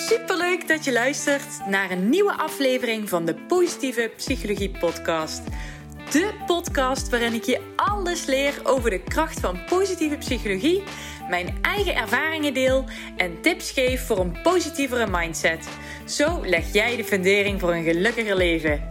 Superleuk dat je luistert naar een nieuwe aflevering van de Positieve Psychologie Podcast. De podcast waarin ik je alles leer over de kracht van positieve psychologie, mijn eigen ervaringen deel en tips geef voor een positievere mindset. Zo leg jij de fundering voor een gelukkiger leven.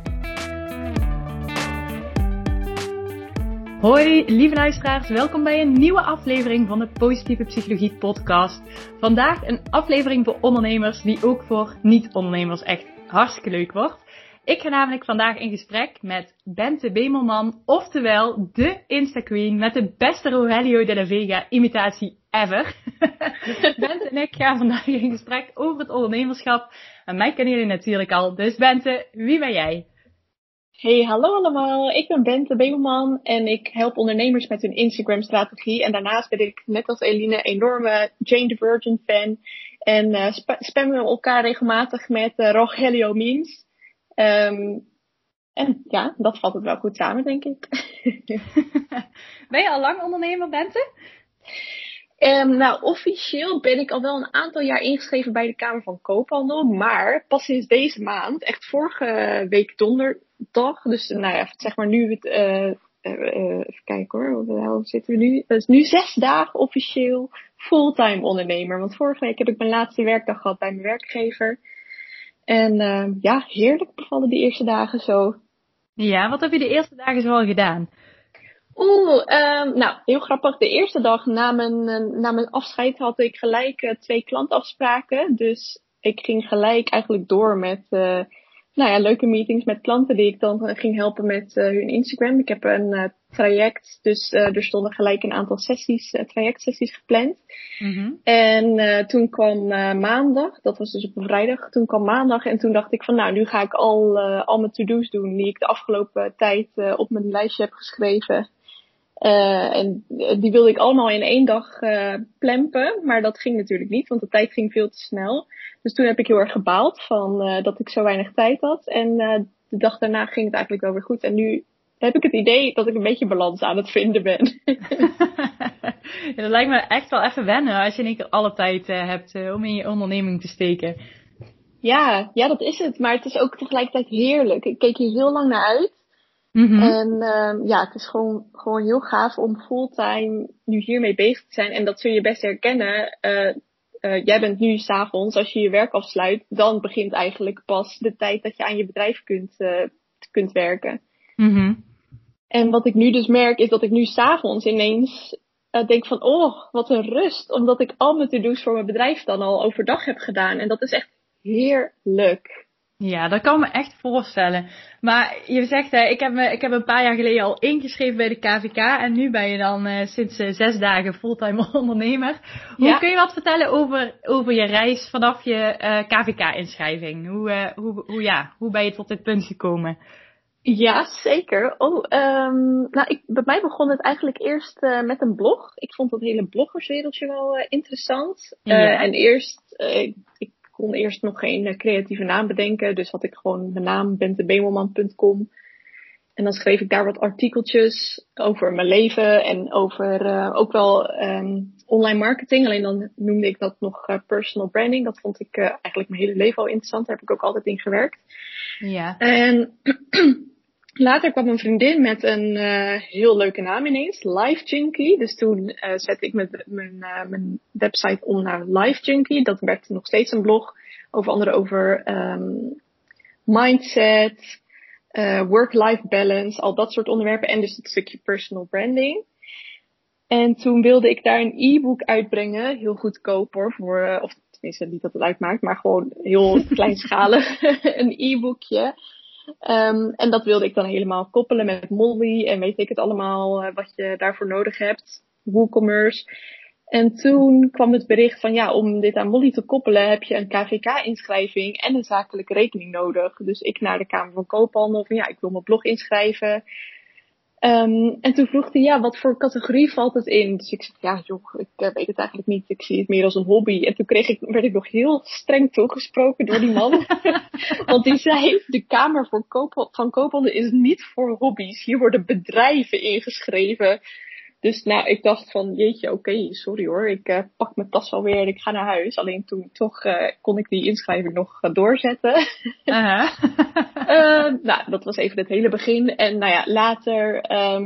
Hoi lieve luisteraars, welkom bij een nieuwe aflevering van de Positieve Psychologie Podcast. Vandaag een aflevering voor ondernemers die ook voor niet-ondernemers echt hartstikke leuk wordt. Ik ga namelijk vandaag in gesprek met Bente Bemelman, oftewel de Insta-queen met de beste Rogelio de la Vega imitatie ever. Bente en ik gaan vandaag in gesprek over het ondernemerschap. En mij kennen jullie natuurlijk al, dus Bente, wie ben jij? Hey, hallo allemaal. Ik ben Bente Bemelman en ik help ondernemers met hun Instagram-strategie. En daarnaast ben ik, net als Eline, een enorme Jane the Virgin fan. En spammen we elkaar regelmatig met Rogelio memes. En ja, dat valt het wel goed samen, denk ik. Ben je al lang ondernemer, Bente? Nou, officieel ben ik al wel een aantal jaar ingeschreven bij de Kamer van Koophandel. Maar pas sinds deze maand, echt vorige week donderdag, dus nou ja, zeg maar nu het, even kijken hoor, hoe zitten we nu? Dat is nu 6 dagen officieel fulltime ondernemer. Want vorige week heb ik mijn laatste werkdag gehad bij mijn werkgever. En ja, heerlijk bevallen die eerste dagen zo. Ja, wat heb je de eerste dagen zoal gedaan? Nou, heel grappig. De eerste dag na mijn afscheid had ik gelijk 2 klantafspraken. Dus ik ging gelijk eigenlijk door met leuke meetings met klanten die ik dan ging helpen met hun Instagram. Ik heb een traject, dus er stonden gelijk een aantal trajectsessies gepland. Mm-hmm. En toen kwam maandag, dat was dus op een vrijdag, toen kwam maandag en toen dacht ik van nou, nu ga ik al mijn to-do's doen die ik de afgelopen tijd op mijn lijstje heb geschreven. En die wilde ik allemaal in 1 dag plempen, maar dat ging natuurlijk niet, want de tijd ging veel te snel. Dus toen heb ik heel erg gebaald van dat ik zo weinig tijd had. En de dag daarna ging het eigenlijk wel weer goed. En nu heb ik het idee dat ik een beetje balans aan het vinden ben. Ja, dat lijkt me echt wel even wennen als je in één keer alle tijd hebt om in je onderneming te steken. Ja, dat is het. Maar het is ook tegelijkertijd heerlijk. Ik keek hier heel lang naar uit. Mm-hmm. En het is gewoon heel gaaf om fulltime nu hiermee bezig te zijn. En dat zul je best herkennen. Jij bent nu 's avonds, als je je werk afsluit, dan begint eigenlijk pas de tijd dat je aan je bedrijf kunt werken. Mm-hmm. En wat ik nu dus merk, is dat ik nu 's avonds ineens denk van, oh, wat een rust. Omdat ik al mijn to-do's voor mijn bedrijf dan al overdag heb gedaan. En dat is echt heerlijk. Ja, dat kan ik me echt voorstellen. Maar je zegt, ik heb een paar jaar geleden al ingeschreven bij de KVK. En nu ben je dan sinds 6 dagen fulltime ondernemer. Hoe kun je wat vertellen over je reis vanaf je KVK-inschrijving? Hoe ben je tot dit punt gekomen? Ja, zeker. Bij mij begon het eigenlijk eerst met een blog. Ik vond dat hele bloggerswereldje wel interessant. Ja. En ik kon eerst nog geen creatieve naam bedenken. Dus had ik gewoon mijn naam, bentebemelman.com. En dan schreef ik daar wat artikeltjes over mijn leven en over ook wel online marketing. Alleen dan noemde ik dat nog personal branding. Dat vond ik eigenlijk mijn hele leven al interessant. Daar heb ik ook altijd in gewerkt. Ja. En later kwam een vriendin met een heel leuke naam ineens. Life Junkie. Dus toen zette ik mijn website om naar Life Junkie. Dat werd nog steeds een blog. Over mindset, work-life balance. Al dat soort onderwerpen. En dus het stukje personal branding. En toen wilde ik daar een e-book uitbrengen. Heel goedkoop hoor. Of tenminste niet dat het uitmaakt. Maar gewoon heel kleinschalig. Een e-boekje. En dat wilde ik dan helemaal koppelen met Molly en weet ik het allemaal wat je daarvoor nodig hebt. WooCommerce. En toen kwam het bericht van ja, om dit aan Molly te koppelen heb je een KVK-inschrijving en een zakelijke rekening nodig. Dus ik naar de Kamer van Koophandel van ja, ik wil mijn blog inschrijven. En toen vroeg hij, ja, wat voor categorie valt het in? Dus ik zei, ja joh, ik weet het eigenlijk niet. Ik zie het meer als een hobby. En toen werd ik nog heel streng toegesproken door die man. Want die zei, de Kamer van Koophandel is niet voor hobby's. Hier worden bedrijven ingeschreven. Dus nou, ik dacht van, jeetje, oké, sorry hoor. Ik pak mijn tas alweer en ik ga naar huis. Alleen toen toch kon ik die inschrijving nog doorzetten. Nou, dat was even het hele begin. En nou ja, later...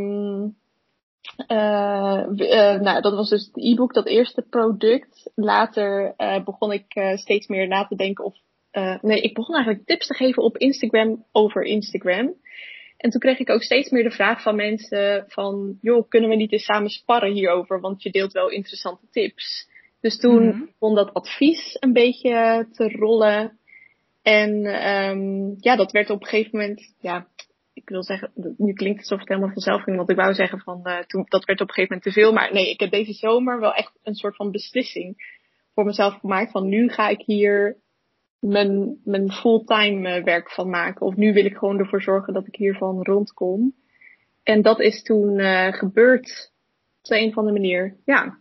nou, dat was dus het e-book, dat eerste product. Later begon ik steeds meer na te denken ik begon eigenlijk tips te geven op Instagram over Instagram. En toen kreeg ik ook steeds meer de vraag van mensen van, joh, kunnen we niet eens samen sparren hierover? Want je deelt wel interessante tips. Dus toen begon dat advies een beetje te rollen. En dat werd op een gegeven moment, ik wil zeggen, nu klinkt het alsof het helemaal vanzelf ging, want ik wou zeggen van, dat werd op een gegeven moment te veel. Maar nee, ik heb deze zomer wel echt een soort van beslissing voor mezelf gemaakt van, nu ga ik hier mijn fulltime werk van maken. Of nu wil ik gewoon ervoor zorgen dat ik hiervan rondkom. En dat is toen gebeurd op een of andere manier. Ja.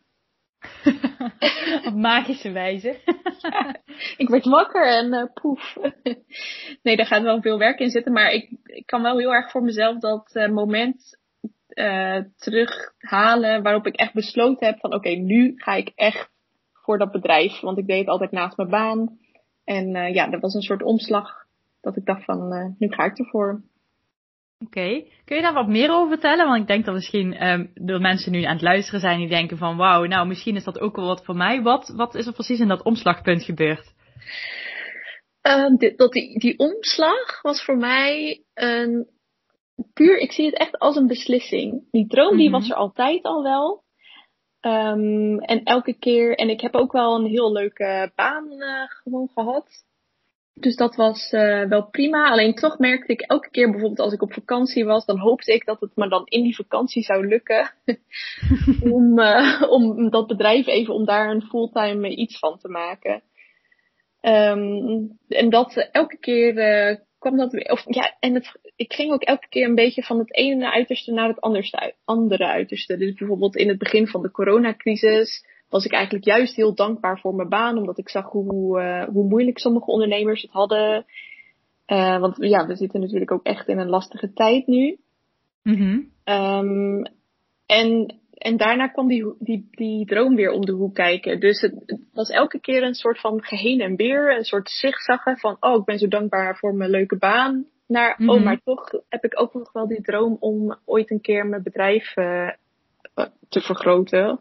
Op magische wijze. Ik werd wakker en poef. Nee, daar gaat wel veel werk in zitten. Maar ik kan wel heel erg voor mezelf dat moment terughalen. Waarop ik echt besloten heb van oké, nu ga ik echt voor dat bedrijf. Want ik deed het altijd naast mijn baan. En dat was een soort omslag. Dat ik dacht van nu ga ik ervoor. Oké. Kun je daar wat meer over vertellen? Want ik denk dat misschien de mensen nu aan het luisteren zijn die denken van wauw, nou misschien is dat ook wel wat voor mij. Wat is er precies in dat omslagpunt gebeurd? Die omslag was voor mij ik zie het echt als een beslissing. Die droom die was er altijd al wel. En elke keer, en ik heb ook wel een heel leuke baan gewoon gehad. Dus dat was wel prima. Alleen toch merkte ik elke keer bijvoorbeeld als ik op vakantie was, dan hoopte ik dat het me dan in die vakantie zou lukken. om dat bedrijf even, om daar een fulltime iets van te maken. En dat elke keer kwam dat weer. Ik ging ook elke keer een beetje van het ene uiterste naar het andere uiterste. Dus bijvoorbeeld in het begin van de coronacrisis was ik eigenlijk juist heel dankbaar voor mijn baan. Omdat ik zag hoe moeilijk sommige ondernemers het hadden. Want we zitten natuurlijk ook echt in een lastige tijd nu. En daarna kwam die droom weer om de hoek kijken. Dus het was elke keer een soort van geheen en weer. Een soort zigzaggen van, ik ben zo dankbaar voor mijn leuke baan. Maar toch heb ik ook nog wel die droom om ooit een keer mijn bedrijf te vergroten.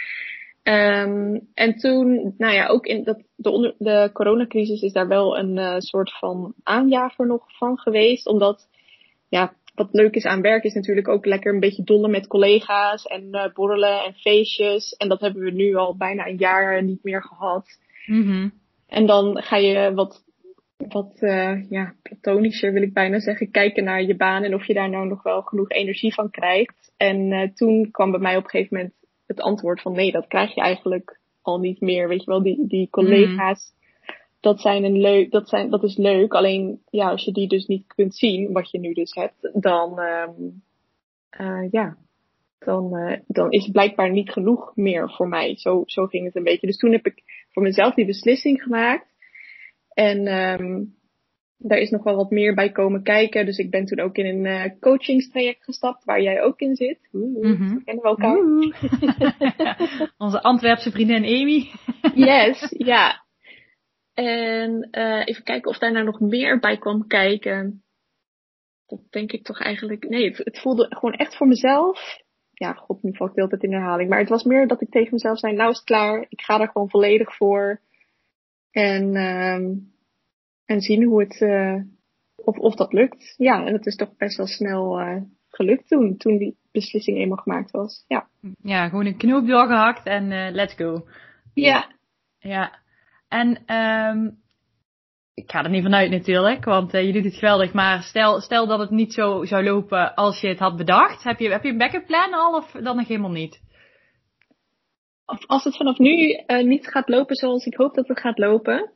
En toen, ook in de coronacrisis is daar wel een soort van aanjager nog van geweest. Omdat, wat leuk is aan werk is natuurlijk ook lekker een beetje dollen met collega's en borrelen en feestjes. En dat hebben we nu al bijna een jaar niet meer gehad. En dan ga je wat platonischer wil ik bijna zeggen, kijken naar je baan en of je daar nou nog wel genoeg energie van krijgt. En toen kwam bij mij op een gegeven moment het antwoord van nee, dat krijg je eigenlijk al niet meer. Weet je wel, die collega's, dat is leuk. Alleen als je die dus niet kunt zien, wat je nu dus hebt, dan is het blijkbaar niet genoeg meer voor mij. Zo ging het een beetje. Dus toen heb ik voor mezelf die beslissing gemaakt. En daar is nog wel wat meer bij komen kijken. Dus ik ben toen ook in een coachingstraject gestapt, waar jij ook in zit. We kennen we elkaar. Onze Antwerpse vriendin Amy. Yes, ja. En even kijken of daar nou nog meer bij kwam kijken. Dat denk ik toch eigenlijk... Nee, het voelde gewoon echt voor mezelf. Ja, god, nu val ik de hele tijd in herhaling. Maar het was meer dat ik tegen mezelf zei, nou is het klaar. Ik ga er gewoon volledig voor. En zien hoe het... of dat lukt. Ja, en het is toch best wel snel gelukt toen die beslissing eenmaal gemaakt was. Ja, ja, gewoon een knoop doorgehakt en let's go. Ja. Ja. En ik ga er niet vanuit natuurlijk, want je doet het geweldig. Maar stel dat het niet zo zou lopen als je het had bedacht. Heb je een backup plan al of dan nog helemaal niet? Als het vanaf nu niet gaat lopen zoals ik hoop dat het gaat lopen.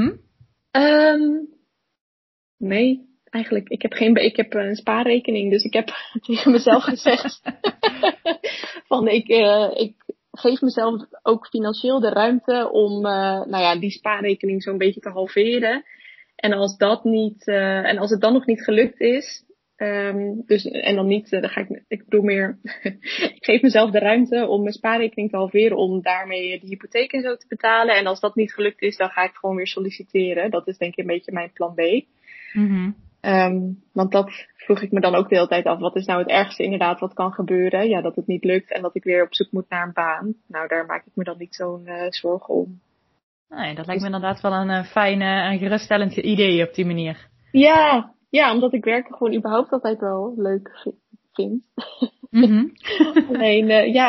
Nee, eigenlijk. Ik heb een spaarrekening, dus ik heb tegen mezelf gezegd van ik geef mezelf ook financieel de ruimte om die spaarrekening zo'n beetje te halveren. En als het dan nog niet gelukt is, Dus, en dan niet, ik bedoel meer, ik geef mezelf de ruimte om mijn spaarrekening te halveren om daarmee de hypotheek en zo te betalen. En als dat niet gelukt is, dan ga ik gewoon weer solliciteren. Dat is denk ik een beetje mijn plan B. Mm-hmm. Want dat vroeg ik me dan ook de hele tijd af. Wat is nou het ergste inderdaad wat kan gebeuren? Ja, dat het niet lukt en dat ik weer op zoek moet naar een baan. Nou, daar maak ik me dan niet zo'n zorgen om. Nee, dat lijkt me inderdaad wel een fijn en geruststellend idee op die manier. Ja, omdat ik werken gewoon überhaupt altijd wel leuk vind. Mm-hmm. Alleen,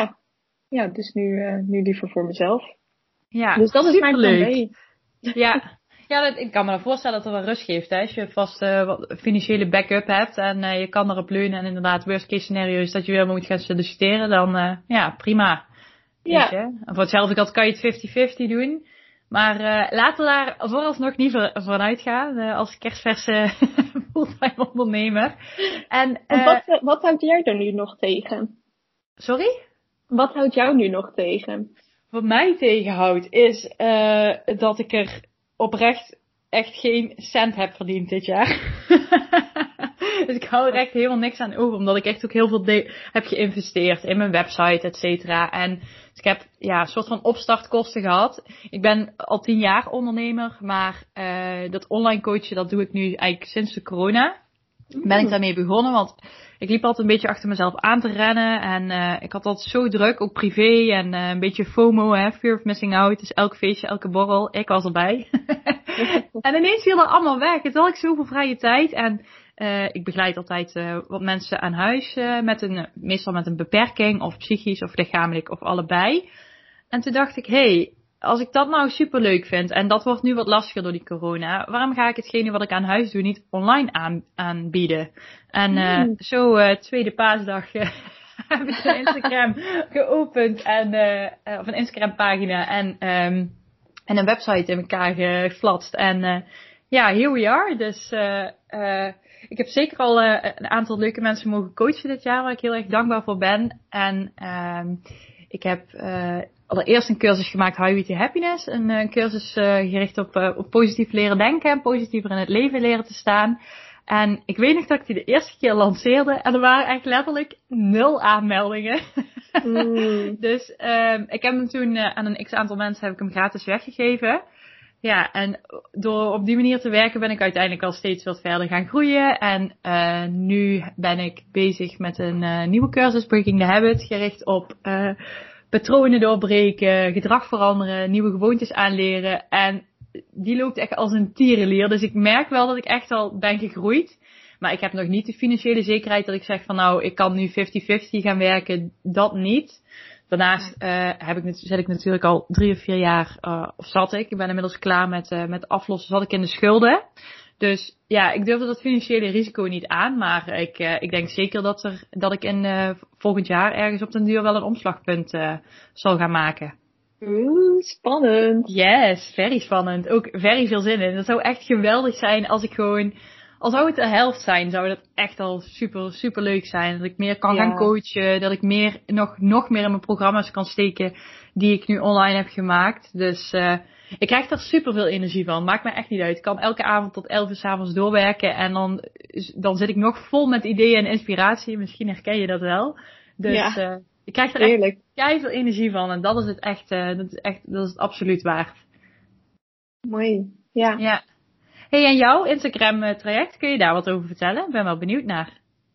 dus nu liever voor mezelf. Ja, dus dat is mijn plan B. Ja, ik kan me dan voorstellen dat het wel rust geeft. Hè? Als je vast wat financiële backup hebt en je kan erop leunen. En inderdaad, worst case scenario is dat je weer moet gaan solliciteren. Dan prima. Ja. Weet je? En voor hetzelfde geld kan je het 50-50 doen. Maar laten we daar vooralsnog niet vanuit gaan. Als kerstverse fulltime ondernemer. En, wat houdt jij er nu nog tegen? Sorry? Wat houdt jou nu nog tegen? Wat mij tegenhoudt is dat ik er oprecht echt geen cent heb verdiend dit jaar. Dus ik hou er echt helemaal niks aan over. Omdat ik echt ook heel veel heb geïnvesteerd in mijn website, et cetera. En dus ik heb een soort van opstartkosten gehad. Ik ben al 10 jaar ondernemer. Maar dat online coachen, dat doe ik nu eigenlijk sinds de corona. Ben ik daarmee begonnen. Want ik liep altijd een beetje achter mezelf aan te rennen. En ik had altijd zo druk, ook privé. En een beetje FOMO, fear of missing out. Dus elk feestje, elke borrel, ik was erbij. En ineens viel dat allemaal weg. Het had ik zoveel vrije tijd. En ik begeleid altijd wat mensen aan huis. Meestal met een beperking. Of psychisch of lichamelijk of allebei. En toen dacht ik, als ik dat nou superleuk vind. En dat wordt nu wat lastiger door die corona. Waarom ga ik hetgene wat ik aan huis doe niet online aanbieden? En tweede paasdag heb ik een Instagram geopend. Of een Instagram pagina. En een website in elkaar geflatst. En here we are. Dus ik heb zeker al een aantal leuke mensen mogen coachen dit jaar. Waar ik heel erg dankbaar voor ben. En ik heb allereerst een cursus gemaakt, How You to Happiness. Een cursus gericht op positief leren denken. En positiever in het leven leren te staan. En ik weet nog dat ik die de eerste keer lanceerde. En er waren echt letterlijk 0 aanmeldingen. Dus ik heb hem toen aan een x-aantal mensen heb ik hem gratis weggegeven. Ja, en door op die manier te werken ben ik uiteindelijk al steeds wat verder gaan groeien. En nu ben ik bezig met een nieuwe cursus, Breaking the Habit. Gericht op patronen doorbreken, gedrag veranderen, nieuwe gewoontes aanleren. En die loopt echt als een tierenlier. Dus ik merk wel dat ik echt al ben gegroeid. Maar ik heb nog niet de financiële zekerheid dat ik zeg van ik kan nu 50-50 gaan werken. Dat niet. Daarnaast zit ik natuurlijk al 3 of 4 jaar, ik ben inmiddels klaar met aflossen, zat ik in de schulden. Dus ja, ik durfde dat financiële risico niet aan. Maar ik denk zeker dat ik in volgend jaar ergens op den duur wel een omslagpunt zal gaan maken. Spannend. Yes, very spannend. Ook very veel zin in. Dat zou echt geweldig zijn als ik gewoon... Al zou het de helft zijn, zou dat echt al super, super leuk zijn. Dat ik meer kan gaan coachen. Dat ik nog meer in mijn programma's kan steken die ik nu online heb gemaakt. Dus ik krijg daar super veel energie van. Maakt me echt niet uit. Ik kan elke avond tot 11 uur 's avonds doorwerken. En dan zit ik nog vol met ideeën en inspiratie. Misschien herken je dat wel. Dus ik krijg er echt keiveel energie van. En dat is het echt, dat is het absoluut waard. Mooi, ja. Hey, en jouw Instagram traject, kun je daar wat over vertellen? Ik ben wel benieuwd naar.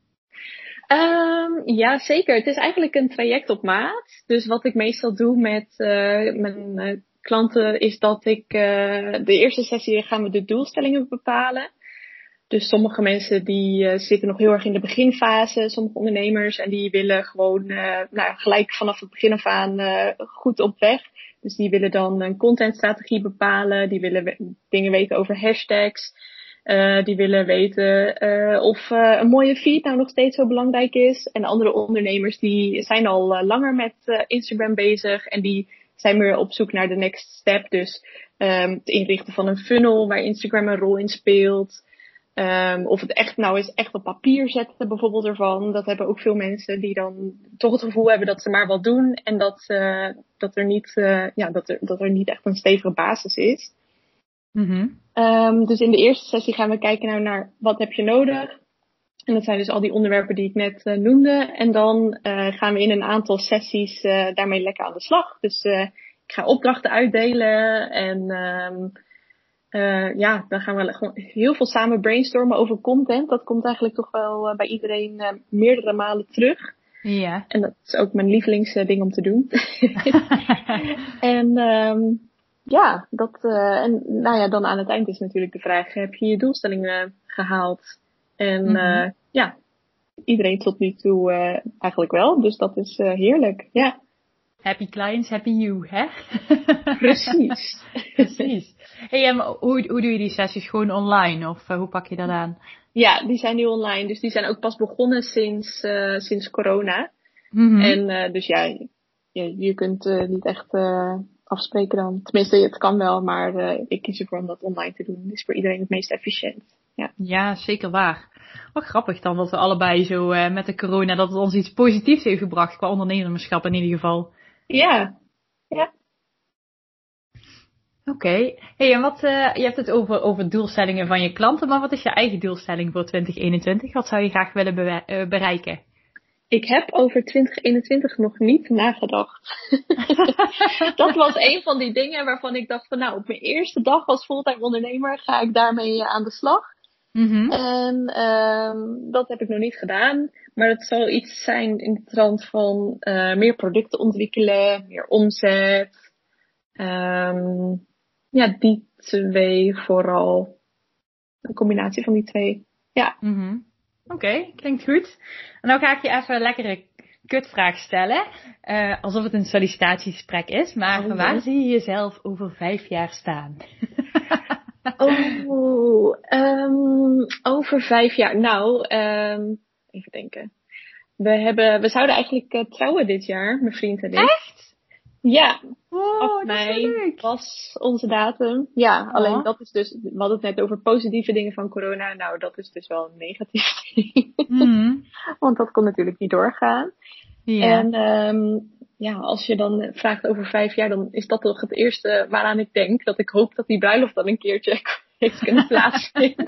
Ja, zeker. Het is eigenlijk een traject op maat. Dus wat ik meestal doe met mijn klanten is dat ik de eerste sessie gaan we de doelstellingen bepalen. Dus sommige mensen die zitten nog heel erg in de beginfase, sommige ondernemers, en die willen gewoon gelijk vanaf het begin af aan goed op weg. Dus die willen dan een contentstrategie bepalen, die willen dingen weten over hashtags, die willen weten of een mooie feed nou nog steeds zo belangrijk is. En andere ondernemers die zijn al langer met Instagram bezig en die zijn meer op zoek naar de next step. Dus het inrichten van een funnel waar Instagram een rol in speelt. Of het echt op papier zetten bijvoorbeeld ervan. Dat hebben ook veel mensen die dan toch het gevoel hebben dat ze maar wat doen. En dat er niet echt een stevige basis is. Mm-hmm. Dus in de eerste sessie gaan we kijken naar wat heb je nodig. En dat zijn dus al die onderwerpen die ik net noemde. En dan gaan we in een aantal sessies daarmee lekker aan de slag. Dus ik ga opdrachten uitdelen. En dan gaan we gewoon heel veel samen brainstormen over content. Dat komt eigenlijk toch wel bij iedereen meerdere malen terug. Ja. En dat is ook mijn lievelingsding om te doen. En dan aan het eind is natuurlijk de vraag, heb je je doelstellingen gehaald? En iedereen tot nu toe eigenlijk wel. Dus dat is heerlijk, ja. Happy clients, happy you, hè? Precies. Precies. Hey, hoe doe je die sessies? Gewoon online of hoe pak je dat aan? Ja, die zijn nu online. Dus die zijn ook pas begonnen sinds corona. Mm-hmm. En dus je kunt niet echt afspreken dan. Tenminste, het kan wel, maar ik kies ervoor om dat online te doen. Dat is voor iedereen het meest efficiënt. Ja, zeker waar. Wat grappig dan dat we allebei zo met de corona, dat het ons iets positiefs heeft gebracht qua ondernemerschap in ieder geval. Ja. Oké. Hey, en je hebt het over doelstellingen van je klanten, maar wat is je eigen doelstelling voor 2021? Wat zou je graag willen bereiken? Ik heb over 2021 nog niet nagedacht. Dat was een van die dingen waarvan ik dacht van op mijn eerste dag als fulltime ondernemer ga ik daarmee aan de slag. Mm-hmm. En dat heb ik nog niet gedaan. Maar het zal iets zijn in de trant van meer producten ontwikkelen, meer omzet. Die twee vooral. Een combinatie van die twee. Ja. Mm-hmm. Oké, klinkt goed. En nou ga ik je even een lekkere kutvraag stellen. Alsof het een sollicitatiegesprek is. Maar waar zie je jezelf over 5 jaar staan? Over 5 jaar. Even denken. We zouden eigenlijk trouwen dit jaar, mijn vriend en ik. Echt? Ja. Oh, 8 mei was onze datum. Alleen dat is dus, we hadden het net over positieve dingen van corona. Nou, dat is dus wel een negatief ding. Mm-hmm. Want dat kon natuurlijk niet doorgaan. Ja. En als je dan vraagt over 5 jaar, dan is dat toch het eerste waaraan ik denk. Dat ik hoop dat die bruiloft dan een keertje heeft kunnen plaatsvinden.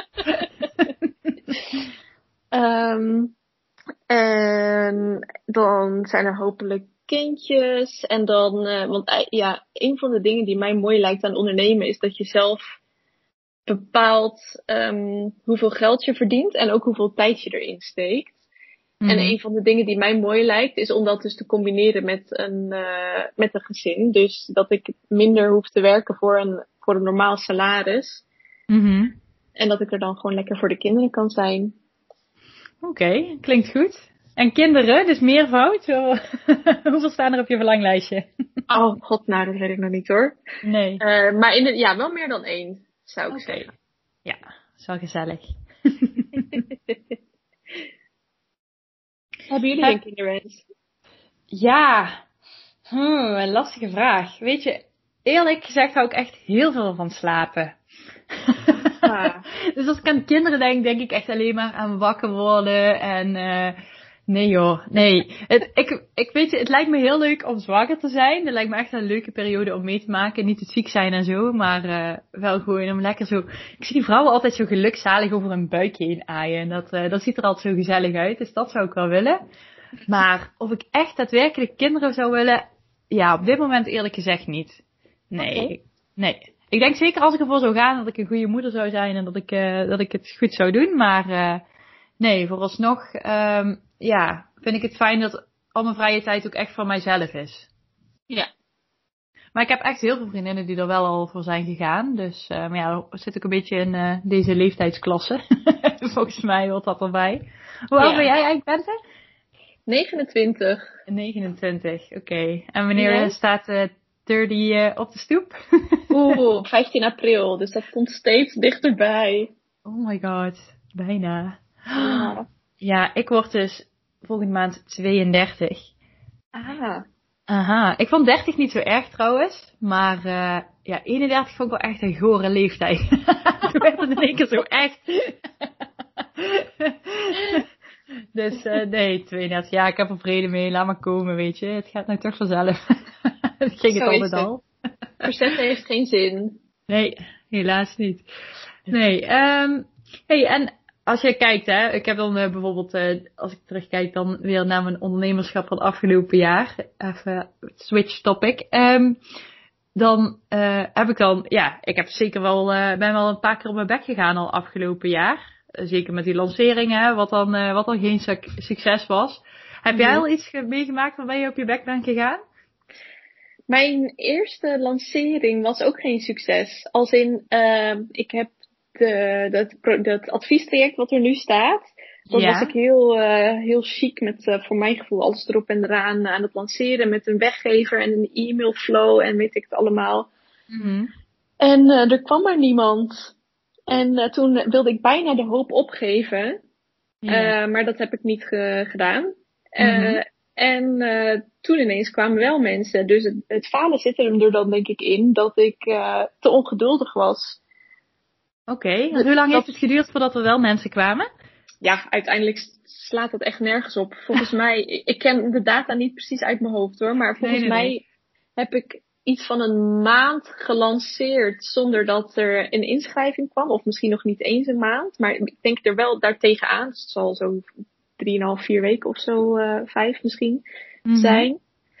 En dan zijn er hopelijk kindjes. En dan, een van de dingen die mij mooi lijkt aan ondernemen is dat je zelf bepaalt hoeveel geld je verdient en ook hoeveel tijd je erin steekt. Mm-hmm. En een van de dingen die mij mooi lijkt is om dat dus te combineren met een gezin. Dus dat ik minder hoef te werken voor een normaal salaris. Mm-hmm. En dat ik er dan gewoon lekker voor de kinderen kan zijn. Oké, klinkt goed. En kinderen, dus meervoud? Hoeveel staan er op je verlanglijstje? Oh god, nou dat weet ik nog niet hoor. Nee. Maar wel meer dan 1, zou ik zeggen. Ja, is wel gezellig. Hebben jullie een kinderwens? Ja, een lastige vraag. Weet je, eerlijk gezegd hou ik echt heel veel van slapen. Dus als ik aan kinderen denk ik echt alleen maar aan wakker worden en nee joh, nee. Ik weet je, het lijkt me heel leuk om zwanger te zijn. Het lijkt me echt een leuke periode om mee te maken. Niet te ziek zijn en zo, maar wel gewoon om lekker zo. Ik zie die vrouwen altijd zo gelukzalig over hun buikje heen aaien. En dat ziet er altijd zo gezellig uit, dus dat zou ik wel willen. Maar of ik echt daadwerkelijk kinderen zou willen, ja, op dit moment eerlijk gezegd niet. Nee, okay. Nee. Ik denk zeker als ik ervoor zou gaan dat ik een goede moeder zou zijn en dat ik het goed zou doen. Maar nee, vooralsnog vind ik het fijn dat al mijn vrije tijd ook echt van mijzelf is. Ja. Maar ik heb echt heel veel vriendinnen die er wel al voor zijn gegaan. Dus zit ik een beetje in deze leeftijdsklasse. Volgens mij hoort dat erbij. Hoe oud ben jij eigenlijk, Bente? 29. 29, oké. En wanneer staat 30 op de stoep? 15 april. Dus dat komt steeds dichterbij. Oh my god, bijna. Ja, ik word dus volgende maand 32. Aha, ik vond 30 niet zo erg trouwens. Maar 31 vond ik wel echt een gore leeftijd. Toen werd het in één keer zo echt. Dus nee, 32. Ja, ik heb er vrede mee. Laat maar komen, weet je. Het gaat nou toch vanzelf. Het ging het altijd al. Verzetten heeft geen zin. Nee, helaas niet. Nee, hey, en als je kijkt, hè, ik heb dan bijvoorbeeld, als ik terugkijk dan weer naar mijn ondernemerschap van afgelopen jaar, even switch topic, dan heb ik dan, ik heb zeker wel, ben wel een paar keer op mijn bek gegaan al afgelopen jaar. Zeker met die lanceringen, wat dan geen succes was. Heb jij al iets meegemaakt waarbij je op je bek bent gegaan? Mijn eerste lancering was ook geen succes. Als in, ik heb dat adviestraject wat er nu staat. Dat was ik heel chic met, voor mijn gevoel, alles erop en eraan aan het lanceren. Met een weggever en een e-mailflow en weet ik het allemaal. Mm-hmm. En er kwam maar niemand. En toen wilde ik bijna de hoop opgeven. Maar dat heb ik niet gedaan. En toen ineens kwamen wel mensen. Dus het falen zit er dan denk ik in dat ik te ongeduldig was. Oké, hoe lang heeft het geduurd voordat er wel mensen kwamen? Ja, uiteindelijk slaat dat echt nergens op. Volgens mij, ik ken de data niet precies uit mijn hoofd hoor. Maar volgens mij heb ik iets van een maand gelanceerd zonder dat er een inschrijving kwam. Of misschien nog niet eens een maand. Maar ik denk er wel daartegenaan. Dus het zal zo 3,5, 4 weken of zo, 5 misschien zijn.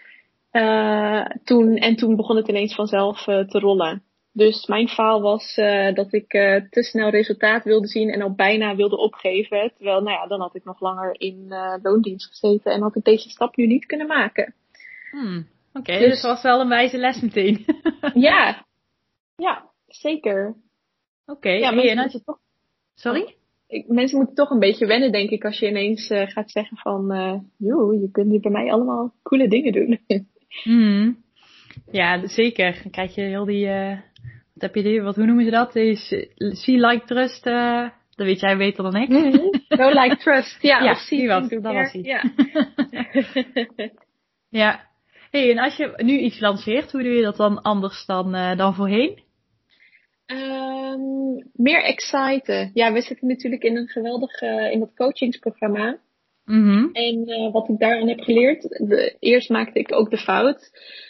Toen begon het ineens vanzelf te rollen. Dus mijn faal was dat ik te snel resultaat wilde zien en al bijna wilde opgeven. Terwijl, dan had ik nog langer in loondienst gezeten en had ik deze stap nu niet kunnen maken. Oké, dus het was wel een wijze les meteen. Ja, zeker. Oké, Sorry? Mensen moeten toch een beetje wennen, denk ik, als je ineens gaat zeggen van, je kunt hier bij mij allemaal coole dingen doen. Ja, zeker. Dan krijg je heel die, hoe noemen ze dat? See, like, trust, dat weet jij beter dan ik. Go, like, trust. Ja, dat was hij. Ja. Ja. Hey, en als je nu iets lanceert, hoe doe je dat dan anders dan voorheen? Meer exciten. Ja, we zitten natuurlijk in een geweldig, in dat coachingsprogramma. En wat ik daaraan heb geleerd, eerst maakte ik ook de fout.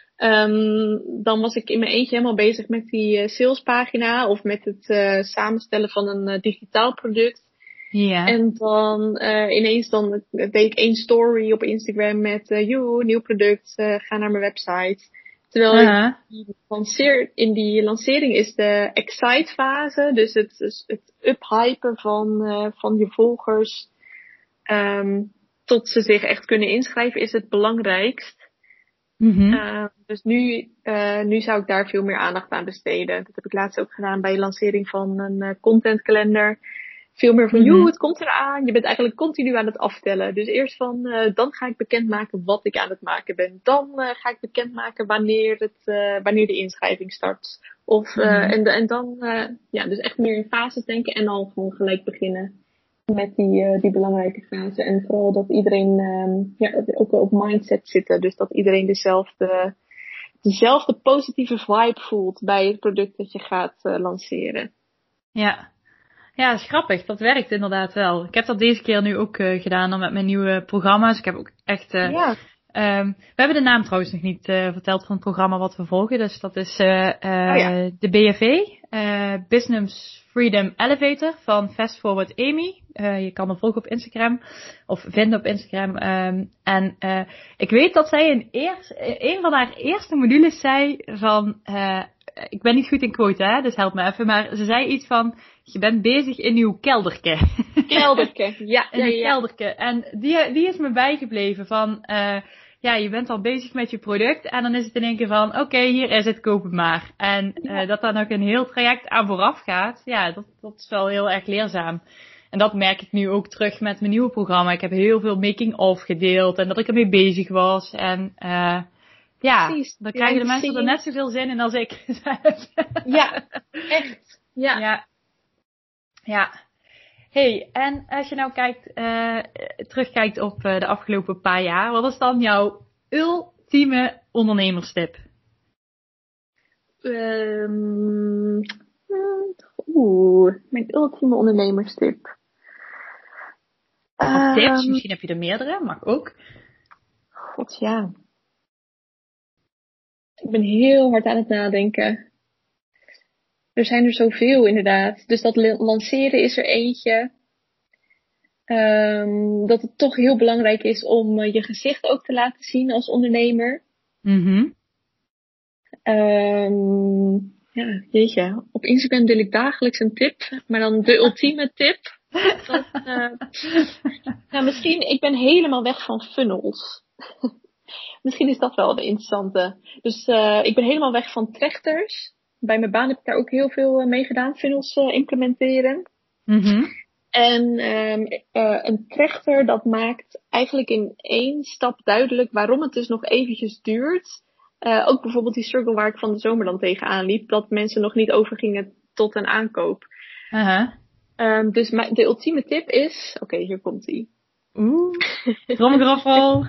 Dan was ik in mijn eentje helemaal bezig met die salespagina of met het samenstellen van een digitaal product. Ja. En dan ineens deed ik 1 story op Instagram met nieuw product, ga naar mijn website. Terwijl in die lancering is de excite fase, dus het uphypen van je volgers tot ze zich echt kunnen inschrijven is het belangrijkst. Dus nu zou ik daar veel meer aandacht aan besteden. Dat heb ik laatst ook gedaan bij de lancering van een contentkalender. Veel meer van, het komt eraan. Je bent eigenlijk continu aan het aftellen. Dus eerst dan ga ik bekendmaken wat ik aan het maken ben. Dan ga ik bekendmaken wanneer de inschrijving start. En dan, dus echt meer in fases denken en dan gewoon gelijk beginnen met die belangrijke fase. En vooral dat iedereen ook op mindset zitten. Dus dat iedereen dezelfde positieve vibe voelt bij het product dat je gaat lanceren. Ja. Ja, dat is grappig. Dat werkt inderdaad wel. Ik heb dat deze keer nu ook gedaan dan met mijn nieuwe programma's. Ik heb ook echt... we hebben de naam trouwens nog niet verteld van het programma wat we volgen. Dus dat is de BFE, Business Freedom Elevator van Fast Forward Amy. Je kan haar volgen op Instagram of vinden op Instagram. En ik weet dat zij in een van haar eerste modules zei van... ik ben niet goed in quote, hè, dus help me even. Maar ze zei iets van, je bent bezig in uw kelderke. Kelderke, ja. Kelderke. En die is me bijgebleven van, je bent al bezig met je product. En dan is het in één keer van, oké, hier is het, koop het maar. En dat daar nog een heel traject aan vooraf gaat. Ja, dat is wel heel erg leerzaam. En dat merk ik nu ook terug met mijn nieuwe programma. Ik heb heel veel making-of gedeeld. En dat ik ermee bezig was. En... precies. Dan krijgen de mensen er net zoveel zin in als ik. Ja, echt. Ja. Hey, en als je nou terugkijkt op de afgelopen paar jaar, wat is dan jouw ultieme ondernemerstip? Mijn ultieme ondernemerstip. Of tips, misschien heb je er meerdere, mag ook. God, ja. Ik ben heel hard aan het nadenken. Er zijn er zoveel inderdaad. Dus dat lanceren is er eentje. Dat het toch heel belangrijk is om je gezicht ook te laten zien als ondernemer. Mhm. Ja, jeetje. Op Instagram deel ik dagelijks een tip. Maar dan de ultieme tip. Dat, nou, misschien, ik ben helemaal weg van funnels. Misschien is dat wel de interessante. Dus ik ben helemaal weg van trechters. Bij mijn baan heb ik daar ook heel veel mee gedaan. Funnels implementeren. Mhm. En een trechter, dat maakt eigenlijk in 1 stap duidelijk waarom het dus nog eventjes duurt. Ook bijvoorbeeld die struggle waar ik van de zomer dan tegenaan liep. Dat mensen nog niet overgingen tot een aankoop. Dus de ultieme tip is... Oké, hier komt ie. Tromgeroffel.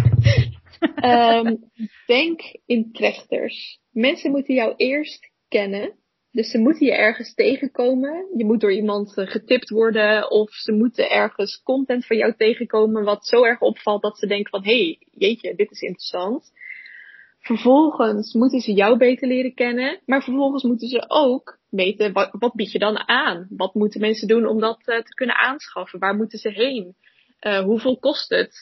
Denk in trechters. Mensen moeten jou eerst kennen. Dus ze moeten je ergens tegenkomen. Je moet door iemand getipt worden. Of ze moeten ergens content van jou tegenkomen. Wat zo erg opvalt dat ze denken van... Hey, jeetje, dit is interessant. Vervolgens moeten ze jou beter leren kennen. Maar vervolgens moeten ze ook weten... Wat bied je dan aan? Wat moeten mensen doen om dat te kunnen aanschaffen? Waar moeten ze heen? Hoeveel kost het?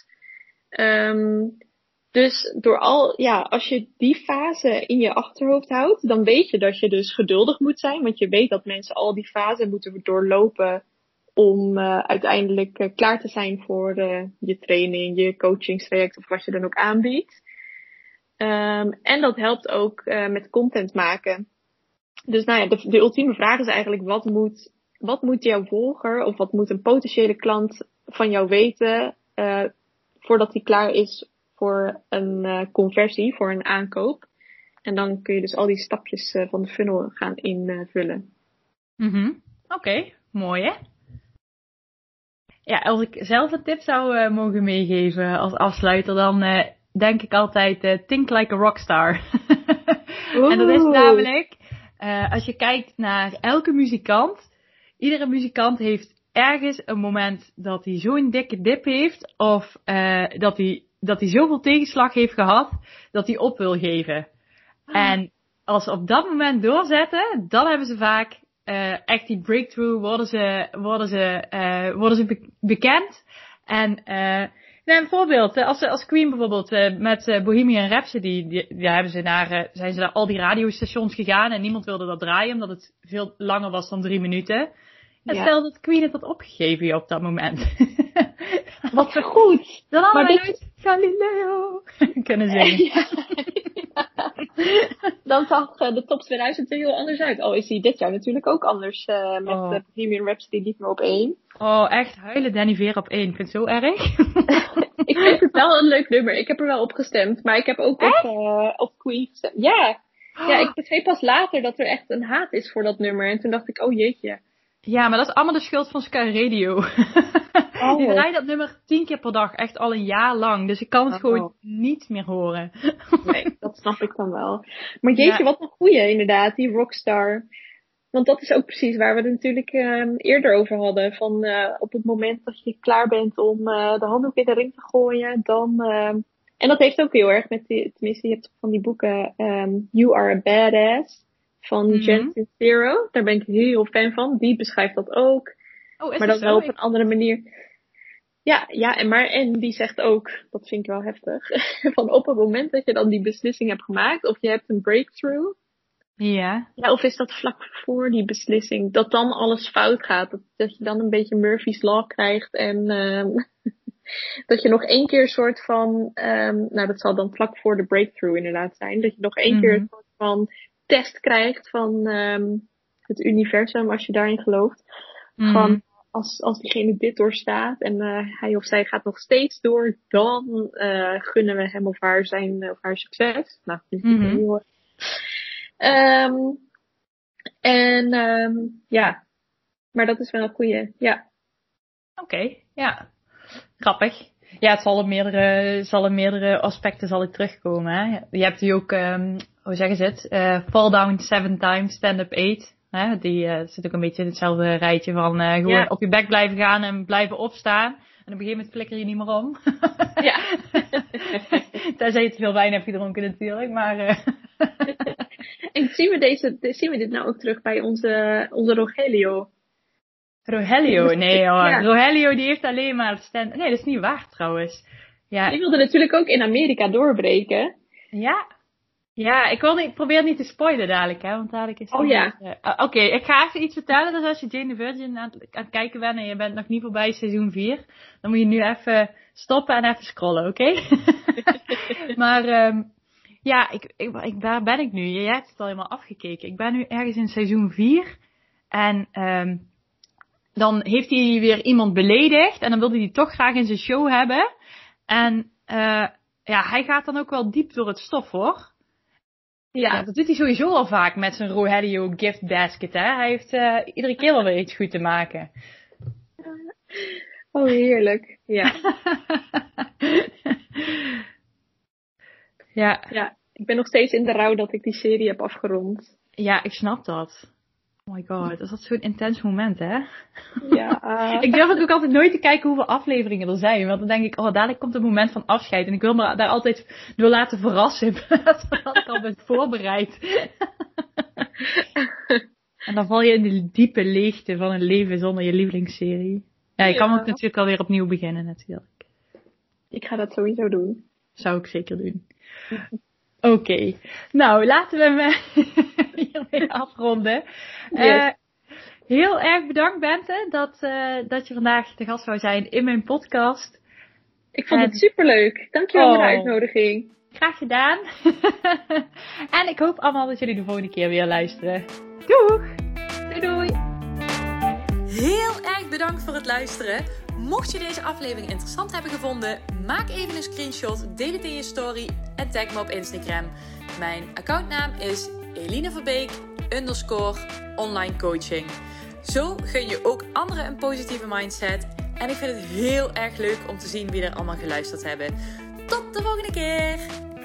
Dus als je die fase in je achterhoofd houdt, dan weet je dat je dus geduldig moet zijn. Want je weet dat mensen al die fasen moeten doorlopen om uiteindelijk klaar te zijn voor je training, je coachingstraject of wat je dan ook aanbiedt. En dat helpt ook met content maken. Dus nou ja, de ultieme vraag is eigenlijk, wat moet jouw volger of wat moet een potentiële klant van jou weten voordat hij klaar is voor een conversie, voor een aankoop. En dan kun je dus al die stapjes van de funnel gaan invullen. Oké, mooi hè? Ja, als ik zelf een tip zou mogen meegeven als afsluiter, dan denk ik altijd think like a rockstar. En dat is namelijk, als je kijkt naar elke muzikant, iedere muzikant heeft ergens een moment dat hij zo'n dikke dip heeft, of dat hij zoveel tegenslag heeft gehad, dat hij op wil geven. En als ze op dat moment doorzetten, dan hebben ze vaak echt die breakthrough, worden ze bekend. En een voorbeeld, als Queen bijvoorbeeld met Bohemian Rhapsody, zijn ze naar al die radiostations gegaan en niemand wilde dat draaien, omdat het veel langer was dan 3 minuten. En stel dat Queen het had opgegeven op dat moment. Wat zo goed. Dan hadden wij nooit Galileo kunnen zingen. Ja. Dan zag de top 2000 er heel anders uit. Al is die dit jaar natuurlijk ook anders met Bohemian Rhapsody niet meer op 1. Oh, echt huilen Danny Vera op 1. Ik vind het zo erg. Ik vind het wel een leuk nummer. Ik heb er wel op gestemd. Maar ik heb ook op Queen gestemd. Ja. Ja, ik begreep pas later dat er echt een haat is voor dat nummer. En toen dacht ik, oh jeetje. Ja, maar dat is allemaal de schuld van Sky Radio. Die draait dat nummer 10 keer per dag, echt al een jaar lang. Dus ik kan het gewoon niet meer horen. Nee, dat snap ik dan wel. Maar jeetje, wat een goeie inderdaad, die rockstar. Want dat is ook precies waar we het natuurlijk eerder over hadden. Van op het moment dat je klaar bent om de handdoek in de ring te gooien, dan... en dat heeft ook heel erg met tenminste je hebt van die boeken You Are a Badass van Jen Sincero. Daar ben ik heel fan van. Die beschrijft dat ook. Maar dat wel op een andere manier. Ja, en die zegt ook, dat vind ik wel heftig, van op het moment dat je dan die beslissing hebt gemaakt, of je hebt een breakthrough. Ja, of is dat vlak voor die beslissing, dat dan alles fout gaat. Dat je dan een beetje Murphy's Law krijgt en dat je nog 1 keer een soort van, dat zal dan vlak voor de breakthrough inderdaad zijn, dat je nog 1 keer een soort van test krijgt van het universum, als je daarin gelooft. Van, als diegene dit doorstaat en hij of zij gaat nog steeds door, dan gunnen we hem of haar zijn of haar succes. Nou, dat is heel... maar dat is wel een goeie, ja. Oké, ja. Grappig. Ja, het zal in meerdere aspecten zal het terugkomen. Hè? Je hebt die ook, hoe zeggen ze het? Fall down 7 times, stand up 8. Hè? Die zit ook een beetje in hetzelfde rijtje van gewoon op je bek blijven gaan en blijven opstaan. En op een gegeven moment flikker je niet meer om. Ja. Tenzij je te veel wijn hebt gedronken natuurlijk, maar... En zien we dit nou ook terug bij onze Rogelio? Rogelio, nee hoor. Ja. Rogelio die heeft alleen maar stand... Nee, dat is niet waar trouwens. Ja. Die wilde natuurlijk ook in Amerika doorbreken. Ja. Ja, ik probeer niet te spoilen dadelijk, hè. Want dadelijk is Oké, ik ga even iets vertellen. Dus als je Jane the Virgin aan het kijken bent en je bent nog niet voorbij seizoen 4, dan moet je nu even stoppen en even scrollen, oké? Maar waar ben ik nu? Jij hebt het al helemaal afgekeken. Ik ben nu ergens in seizoen 4 en dan heeft hij weer iemand beledigd en dan wilde hij toch graag in zijn show hebben. En hij gaat dan ook wel diep door het stof, hoor. Ja, dat doet hij sowieso al vaak met zijn Rogelio gift basket, hè. Hij heeft iedere keer wel weer iets goed te maken. Oh, heerlijk. Ja. Ja, ik ben nog steeds in de rouw dat ik die serie heb afgerond. Ja, ik snap dat. Oh my god, dat is zo'n intens moment, hè? Ja. Ik durf ook altijd nooit te kijken hoeveel afleveringen er zijn. Want dan denk ik, dadelijk komt het moment van afscheid. En ik wil me daar altijd door laten verrassen. Zodat ik al ben voorbereid. En dan val je in de diepe leegte van een leven zonder je lievelingsserie. Ja, je kan ook natuurlijk alweer opnieuw beginnen natuurlijk. Ik ga dat sowieso doen. Zou ik zeker doen. Oké. Nou, laten we hem hiermee afronden. Yes. Heel erg bedankt, Bente, dat je vandaag de gast zou zijn in mijn podcast. Ik vond het superleuk. Dankjewel voor de uitnodiging. Graag gedaan. En ik hoop allemaal dat jullie de volgende keer weer luisteren. Doeg! Doei doei! Heel erg bedankt voor het luisteren. Mocht je deze aflevering interessant hebben gevonden, maak even een screenshot, deel het in je story en tag me op Instagram. Mijn accountnaam is _Elineverbeek_online coaching. Zo gun je ook anderen een positieve mindset. En ik vind het heel erg leuk om te zien wie er allemaal geluisterd hebben. Tot de volgende keer!